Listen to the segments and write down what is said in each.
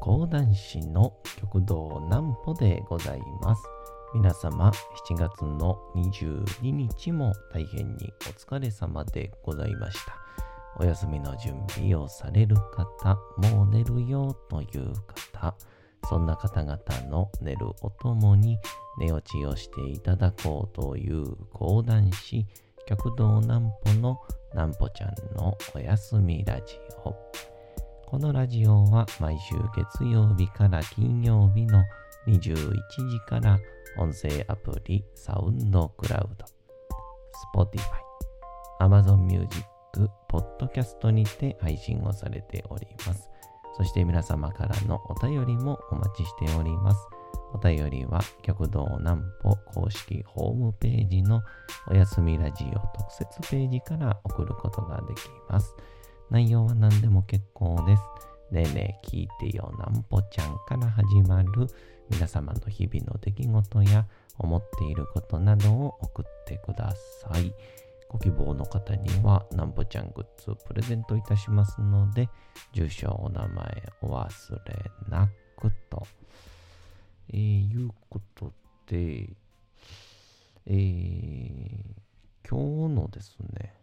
講談師の極道南歩でございます。皆様7月の22日も大変にお疲れ様でございました。お休みの準備をされる方、もう寝るよという方、そんな方々の寝るおともに寝落ちをしていただこうという講談師極道南歩の南歩ちゃんのおやすみラジオ。このラジオは毎週月曜日から金曜日の21時から音声アプリサウンドクラウド、Spotify、Amazon Music、ポッドキャストにて配信をされております。そして皆様からのお便りもお待ちしております。お便りは極道南歩公式ホームページのおやすみラジオ特設ページから送ることができます。内容は何でも結構です。ねえねえ聞いてよ南歩ちゃんから始まる皆様の日々の出来事や思っていることなどを送ってください。ご希望の方には南歩ちゃんグッズプレゼントいたしますので、住所お名前お忘れなくと、いうことで、今日のですね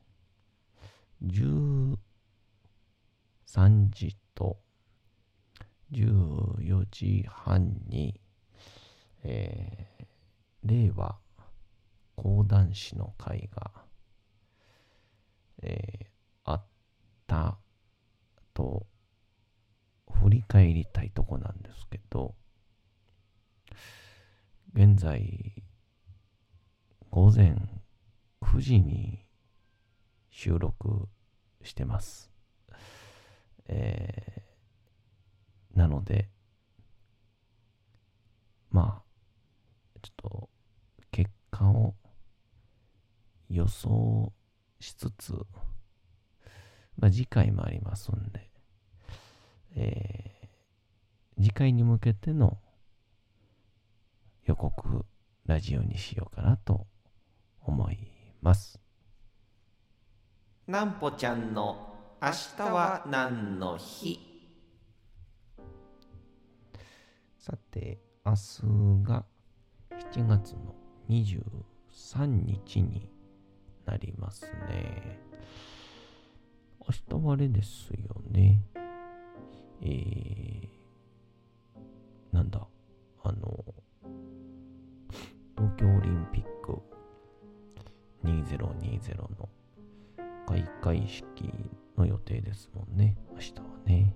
13時と14時半に、令和講談師の会が、あったと振り返りたいとこなんですけど、現在午前9時に収録してます。なのでちょっと結果を予想しつつ、次回もありますんで、次回に向けての予告ラジオにしようかなと思います。 南歩ちゃんの明日は何の日。 さて、明日が7月の23日になりますね。明日はあれですよね。東京オリンピック2020の開会式の予定ですもんね。明日はね。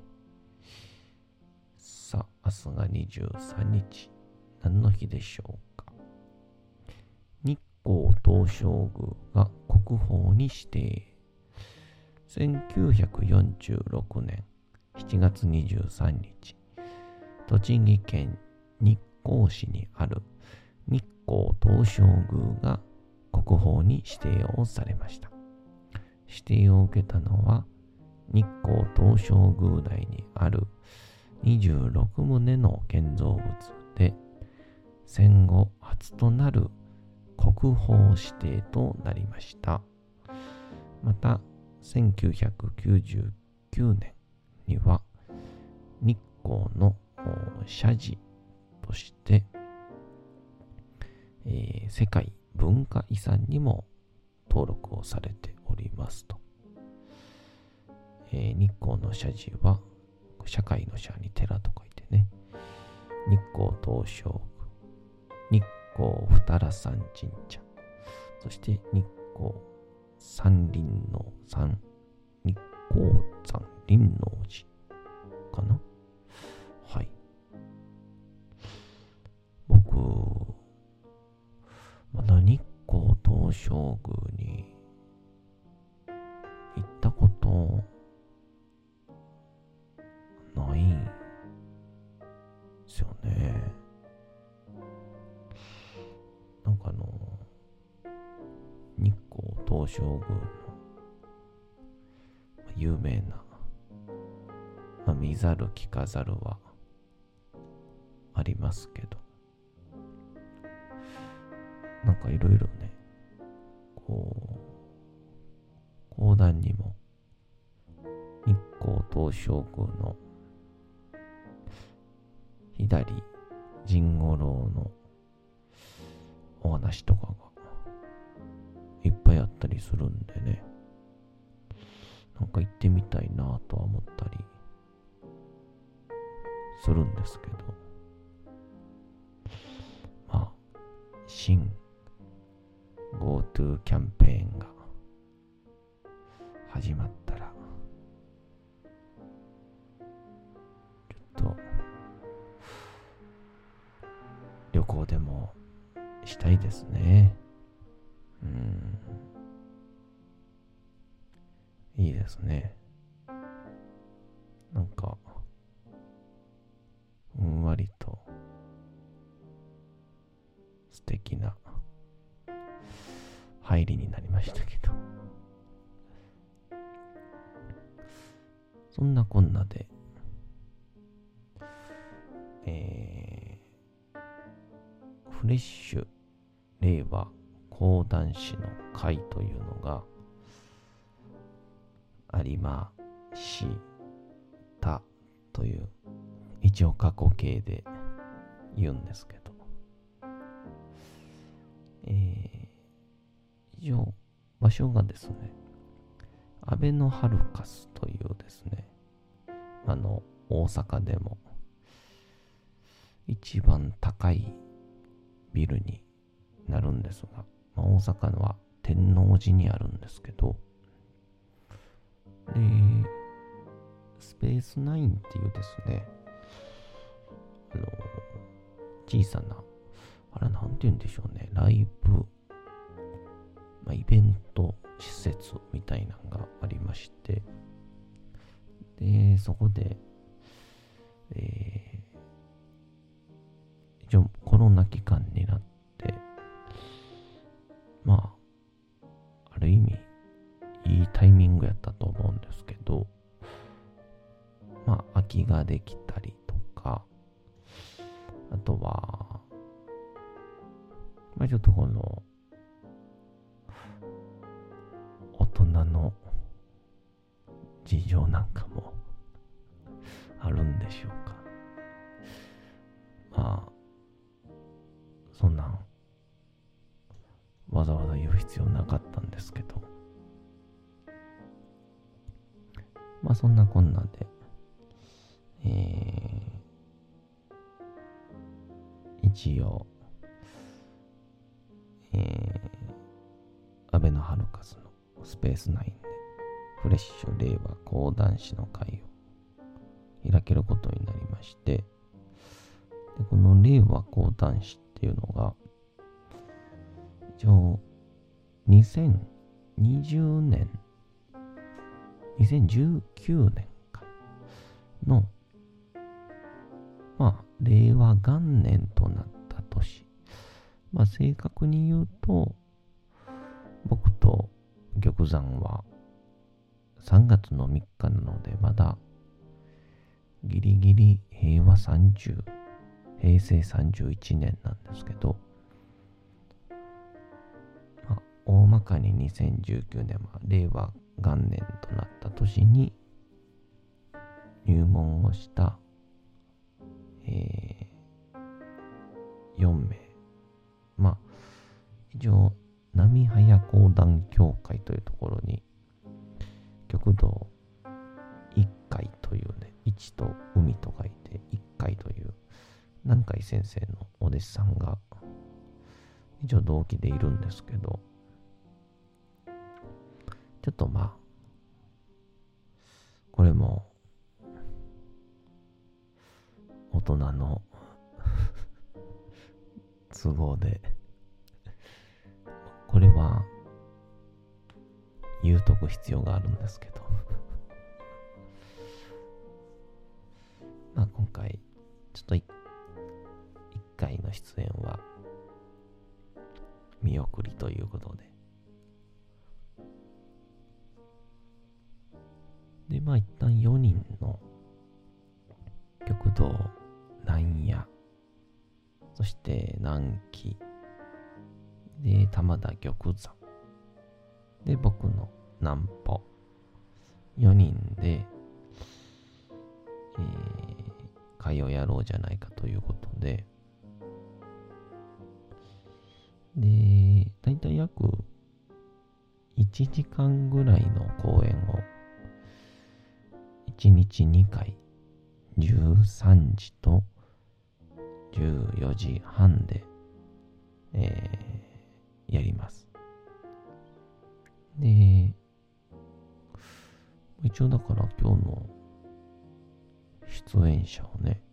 さあ、明日が23日。何の日でしょうか。日光東照宮が国宝に指定。1946年7月23日、栃木県日光市にある日光東照宮が国宝に指定をされました。指定を受けたのは日光東照宮内にある26棟の建造物で、戦後初となる国宝指定となりました。また1999年には日光の社寺として、世界文化遺産にも登録をされておりますと。日光の社寺は社会の社に寺と書いてね、日光東照宮、日光二良山神社、そして日光山林の山、日光山林の寺かな。はい。僕まだ日光東照宮に行ったことないんですよね。日光東照宮の有名な、見ざる聞かざるはありますけど、いろいろね、講談にも日光東照宮の左甚五郎のお話とかがいっぱいあったりするんでね、なんか行ってみたいなとは思ったりするんですけど、まあ新 GoTo キャンペーンが始まったらちょっと旅行でもしたいですね。いいですね。なんかふんわりと素敵な入りになりましたけど、そんなこんなでフレッシュ令和講談師の会というのがありましたという一応過去形で言うんですけど、一応場所がですね、アベノハルカスというですね、大阪でも一番高いビルになるんですが、大阪のは天王寺にあるんですけど、でスペースナインっていうですね、小さな、なんて言うんでしょうね、ライブ、イベント施設みたいなのがありまして、でそこで、一応コロナ期間になって、ある意味いいタイミングやったと思うんですけど、空きができたりとか、あとはちょっとこの大人の事情なんかもあるんでしょうか。そんなんわざわざ言う必要なかったんですけど、そんなこんなで、一応、アベノハルカスのスペースナインでフレッシュ令和講談師の会を開けることになりまして、でこの令和講談師っていうのが一応2019年の令和元年となった年、正確に言うと僕と玉山は3月の3日なので、まだギリギリ平成31年なんですけど、大まかに2019年は令和元年となった年に入門をした4名、一応波早講談協会というところに極道一海というね、一と海と書いて一海という南海先生のお弟子さんが一応同期でいるんですけど、ちょっとこれも大人の都合で、これは言うとく必要があるんですけど今回ちょっと一回の出演は見送りということで、一旦4人の極道南野、そして南紀で玉田玉山で僕の南歩会をやろうじゃないかということで、で、だいたい約1時間ぐらいの講演を1日2回、13時と14時半で、やります。で、一応だから今日の出演者をね、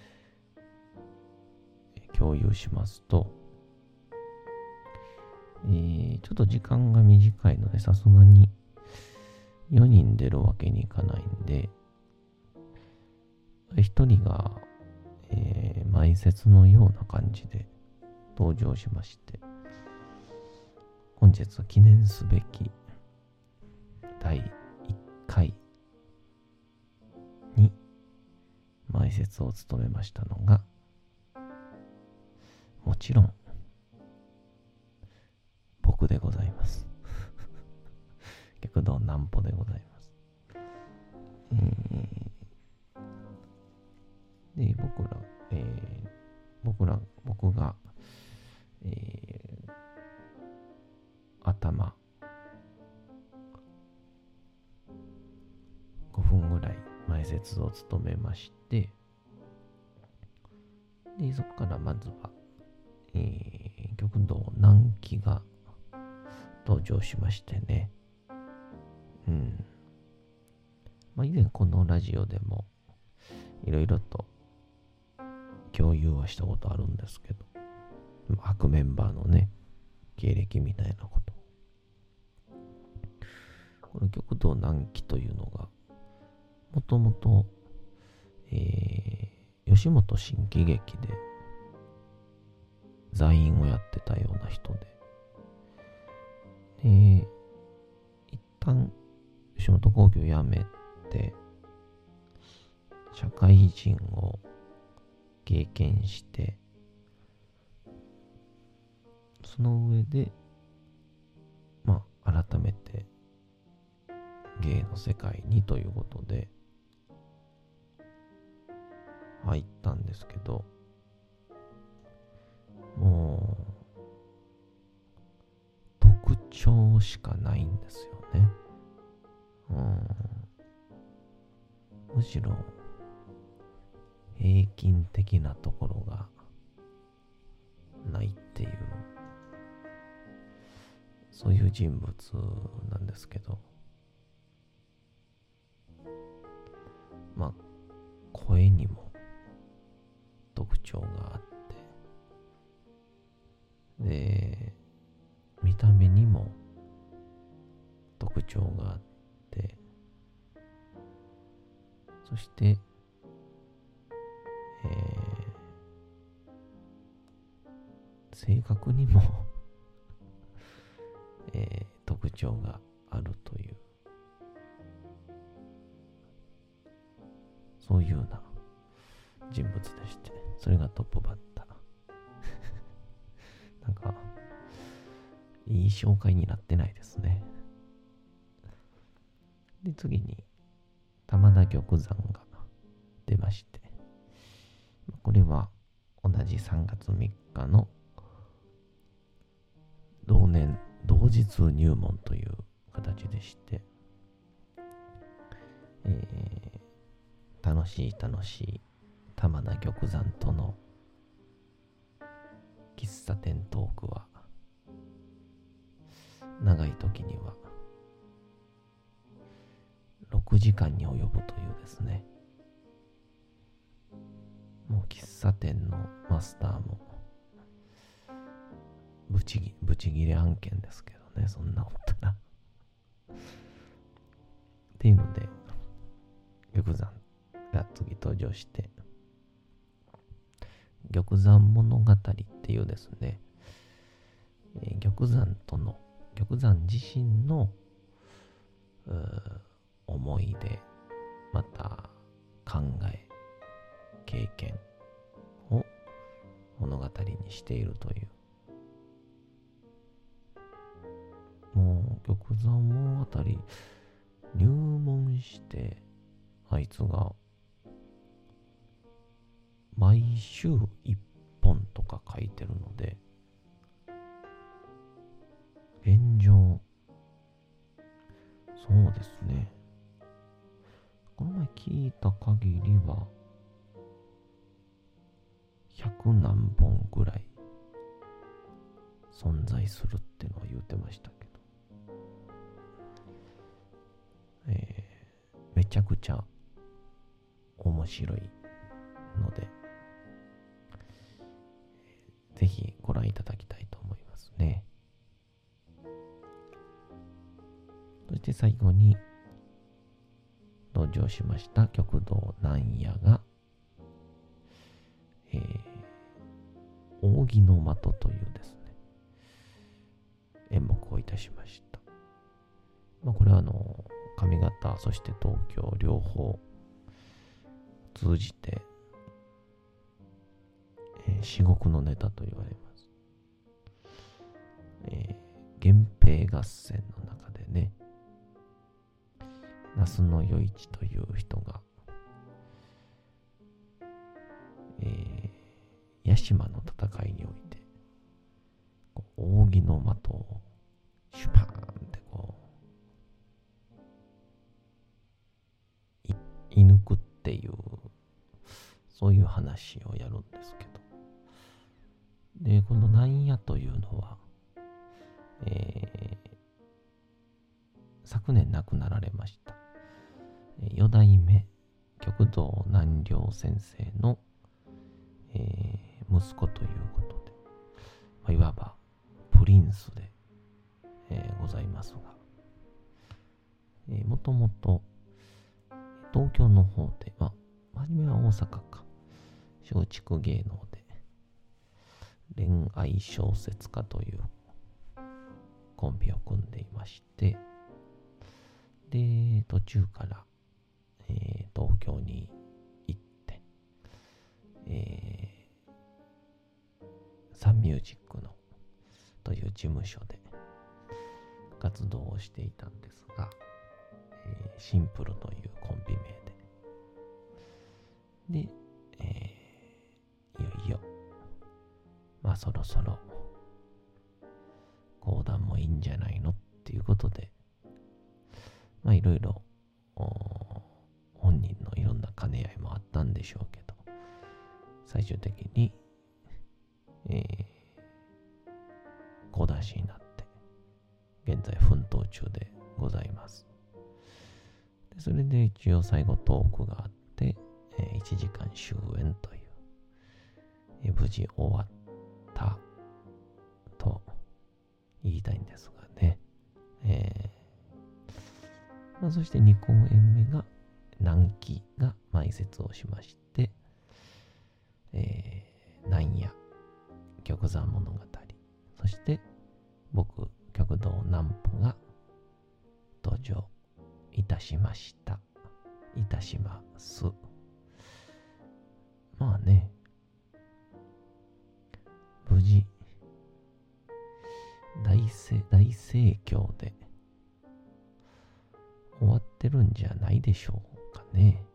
共有しますと、ちょっと時間が短いので、さすがに4人出るわけにいかないんで、1人が、前説のような感じで登場しまして、本日は記念すべき第1回に前説を務めましたのが、もちろん僕でございます。極道南歩でございます。で、僕が、頭5分ぐらい前説を務めまして、で、そこからまずは、極道南紀が登場しましてね。以前このラジオでもいろいろと共有はしたことあるんですけど、悪メンバーのね、経歴みたいなこと。この極道南紀というのが、もともと、吉本新喜劇で座員をやってたような人で、一旦吉本興業辞めて、社会人を経験して、その上で、改めて芸の世界にということで入ったんですけど、もう特徴しかないんですよね。むしろ平均的なところがないっていう、そういう人物なんですけど、声にも特徴があって、で、見た目にも特徴があって、そして、性格にも特徴があるという、そういうような人物でして、それがトップバッター。なんか、いい紹介になってないですね。で、次に、玉田玉山が出まして、これは同じ3月3日の同日入門という形でして、楽しい玉田玉山との喫茶店トークは長い時には6時間に及ぶというですね、もう喫茶店のマスターもブチギレ案件ですけどね、そんなおったらっていうので、玉山が次登場して、玉山物語っていうですね、玉山自身の思い出、また考え、経験を物語にしているという、もう玉山物語入門して、あいつが毎週1本とか書いてるので、現状、そうですね。この前聞いた限りは、100何本ぐらい存在するっていうのは言ってましたけど、めちゃくちゃ面白いので、ぜひご覧いただきたいと思いますね。そして最後に登場しました極道南野が、扇の的というですね、演目をいたしました。これは上方、そして東京両方通じて、至極のネタと言われます。源平合戦の中でね、那須与一という人が、屋島の戦いにおいて、扇の的をシュパーンって射抜くっていう、そういう話をやるんですけど。で、この南野というのは、昨年亡くなられました。四代目極道南陵先生の、息子ということで、いわばプリンスで、ございますが、もともと東京の方で、初めは大阪か、松竹芸能で恋愛小説家というコンビを組んでいまして、で、途中から、東京に行って、サンミュージックのという事務所で活動をしていたんですが、シンプルというコンビ名で、いよいよ、そろそろ講談もいいんじゃないのっていうことで、いろいろ本人のいろんな兼ね合いもあったんでしょうけど、最終的に、講談師になって現在奮闘中でございます。でそれで一応最後トークがあって、1時間終演という、無事終わったと言いたいんですがね、そして2公演目が南紀が埋設をしまして、南野玉山物語、そして僕極道南歩が登場いたしました。いたします。無事大盛況で終わってるんじゃないでしょうかね。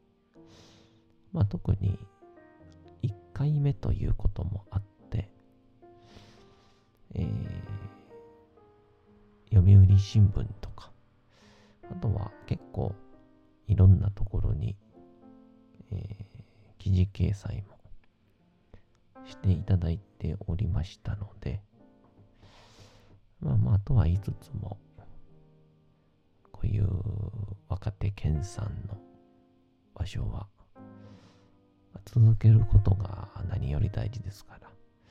特に1回目ということもあって、読売新聞とか、あとは結構いろんなところに、記事掲載もしていただいておりましたので、とは言いつつも、こういう若手研鑽の場所は続けることが何より大事ですから、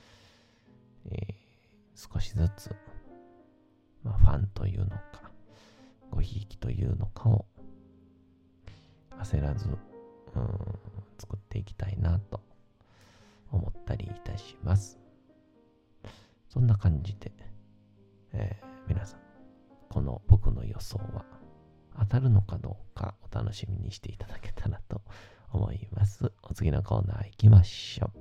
少しずつ、ファンというのかごひいきというのかを焦らず、作っていきたいなと思ったりいたします。そんな感じで、皆さんこの僕の予想は当たるのかどうかお楽しみにしていただけたらと思います。お次のコーナー行きましょう。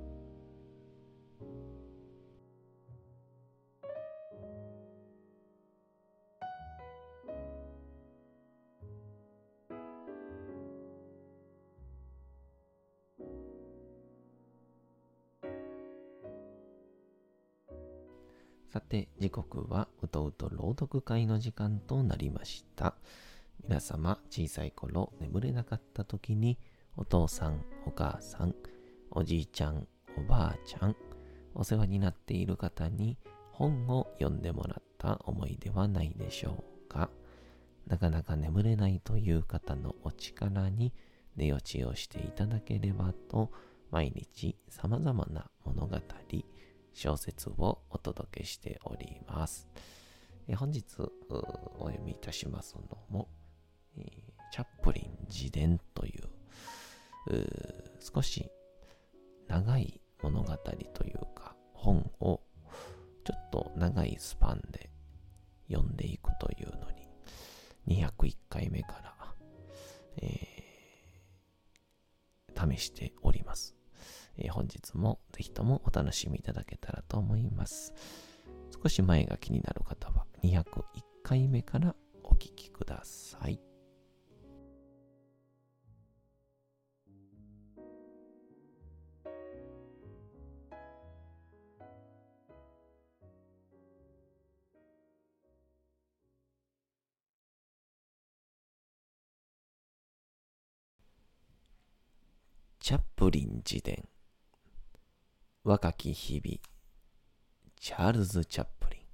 さて、時刻はうとうと朗読会の時間となりました。皆様、小さい頃眠れなかった時に、お父さん、お母さん、おじいちゃん、おばあちゃん、お世話になっている方に本を読んでもらった思いではないでしょうか。なかなか眠れないという方のお力に寝落ちをしていただければと、毎日様々な物語、小説をお届けしております。本日お読みいたしますのも、チャップリン自伝という少し長い物語というか本をちょっと長いスパンで読んでいくというのに201回目から、試しております。本日もぜひともお楽しみいただけたらと思います。少し前が気になる方は201回目からお聞きください。チャップリン自伝。若き日々、チャールズ・チャップリン。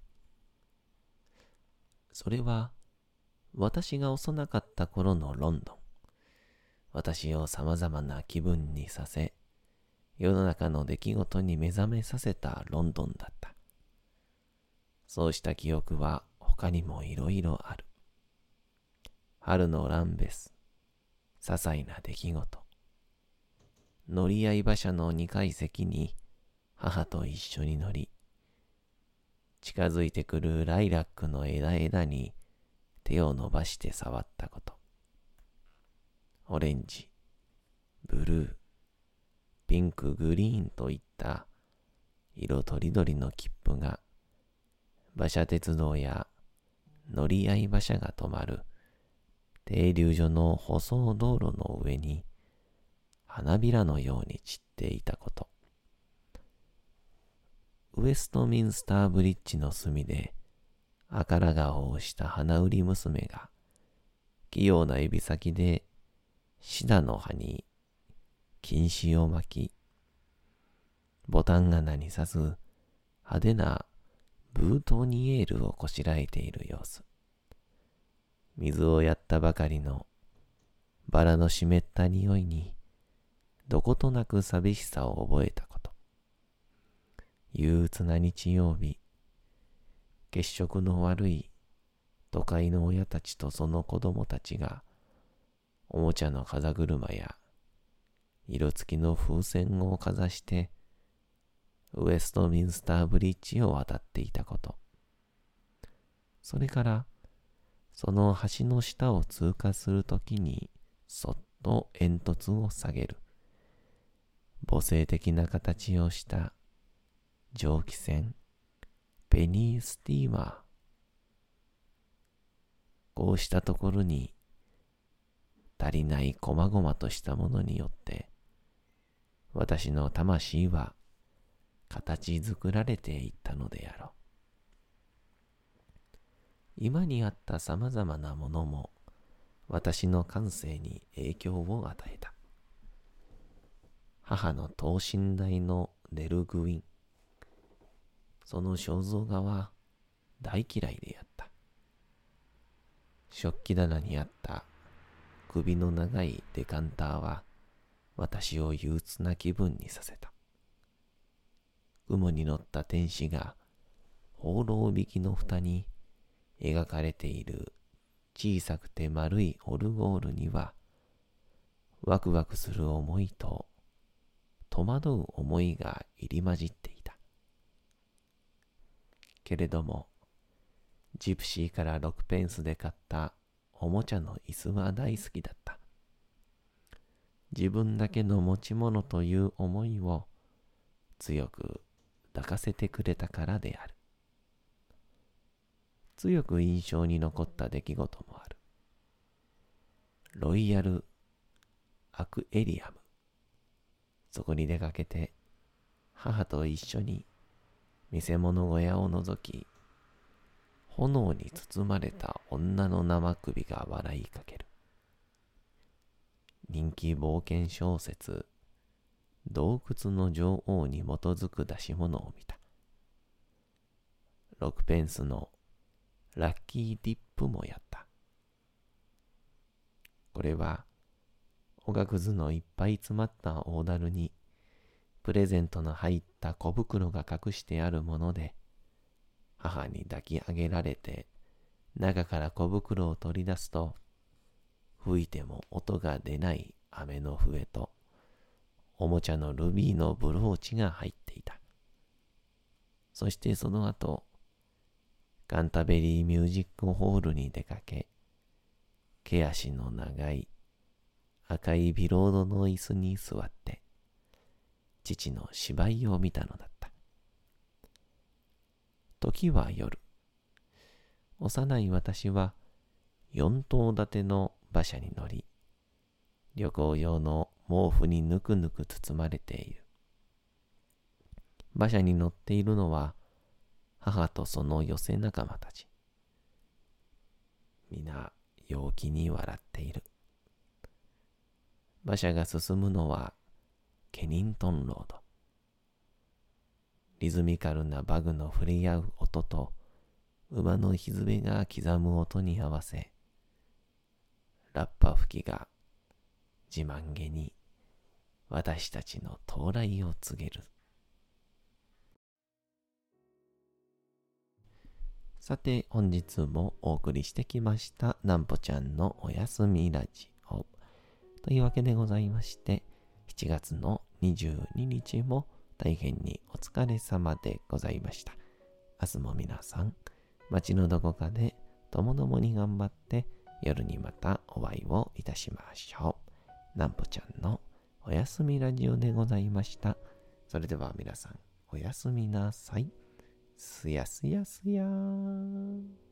それは私が幼かった頃のロンドン。私を様々な気分にさせ、世の中の出来事に目覚めさせたロンドンだった。そうした記憶は他にもいろいろある。春のランベス、些細な出来事。乗り合い馬車の2階席に母と一緒に乗り、近づいてくるライラックの枝々に手を伸ばして触ったこと。オレンジ、ブルー、ピンク、グリーンといった色とりどりの切符が馬車鉄道や乗り合い馬車が止まる停留所の舗装道路の上に花びらのように散っていたこと。ウェストミンスターブリッジの隅で赤ら顔をした花売り娘が器用な指先でシダの葉に金糸を巻き、ボタン穴に刺す派手なブートニエールをこしらえている様子。水をやったばかりのバラの湿った匂いにどことなく寂しさを覚えたこと。憂鬱な日曜日、血色の悪い都会の親たちとその子供たちがおもちゃの風車や色付きの風船をかざしてウェストミンスターブリッジを渡っていたこと。それからその橋の下を通過するときにそっと煙突を下げる母性的な形をした蒸気船ペニースティーマー。こうしたところに足りない細々としたものによって私の魂は形作られていったのであろう。今にあった様々なものも私の感性に影響を与えた。母の等身大のデルグウィン。その肖像画は大嫌いであった。食器棚にあった首の長いデカンターは私を憂鬱な気分にさせた。雲に乗った天使が放浪引きの蓋に描かれている小さくて丸いオルゴールにはワクワクする思いと戸惑う思いが入り混じっていた。けれどもジプシーから6ペンスで買ったおもちゃの椅子は大好きだった。自分だけの持ち物という思いを強く抱かせてくれたからである。強く印象に残った出来事もある。ロイヤル・アクエリアム。そこに出かけて母と一緒に見せ物小屋を覗き、炎に包まれた女の生首が笑いかける。人気冒険小説、洞窟の女王に基づく出し物を見た。6ペンスのラッキーディップもやった。これは、おがくずのいっぱい詰まった大樽に、プレゼントの入った小袋が隠してあるもので、母に抱き上げられて、中から小袋を取り出すと、吹いても音が出ない飴の笛と、おもちゃのルビーのブローチが入っていた。そしてその後、カンタベリーミュージックホールに出かけ、毛足の長い赤いビロードの椅子に座って、父の芝居を見たのだった。時は夜。幼い私は4棟建ての馬車に乗り、旅行用の毛布にぬくぬく包まれている。馬車に乗っているのは母とその寄せ仲間たち。皆陽気に笑っている。馬車が進むのはケニントンロード。リズミカルな馬具の触れ合う音と馬のひづめが刻む音に合わせ、ラッパ吹きが自慢げに私たちの到来を告げる。さて本日もお送りしてきましたなんぽちゃんのおやすみラジオというわけでございまして、7月の22日も大変にお疲れ様でございました。明日も皆さん街のどこかでともどもに頑張って夜にまたお会いをいたしましょう。なんぽちゃんのおやすみラジオでございました。それでは皆さんおやすみなさい。すやすやすやーん。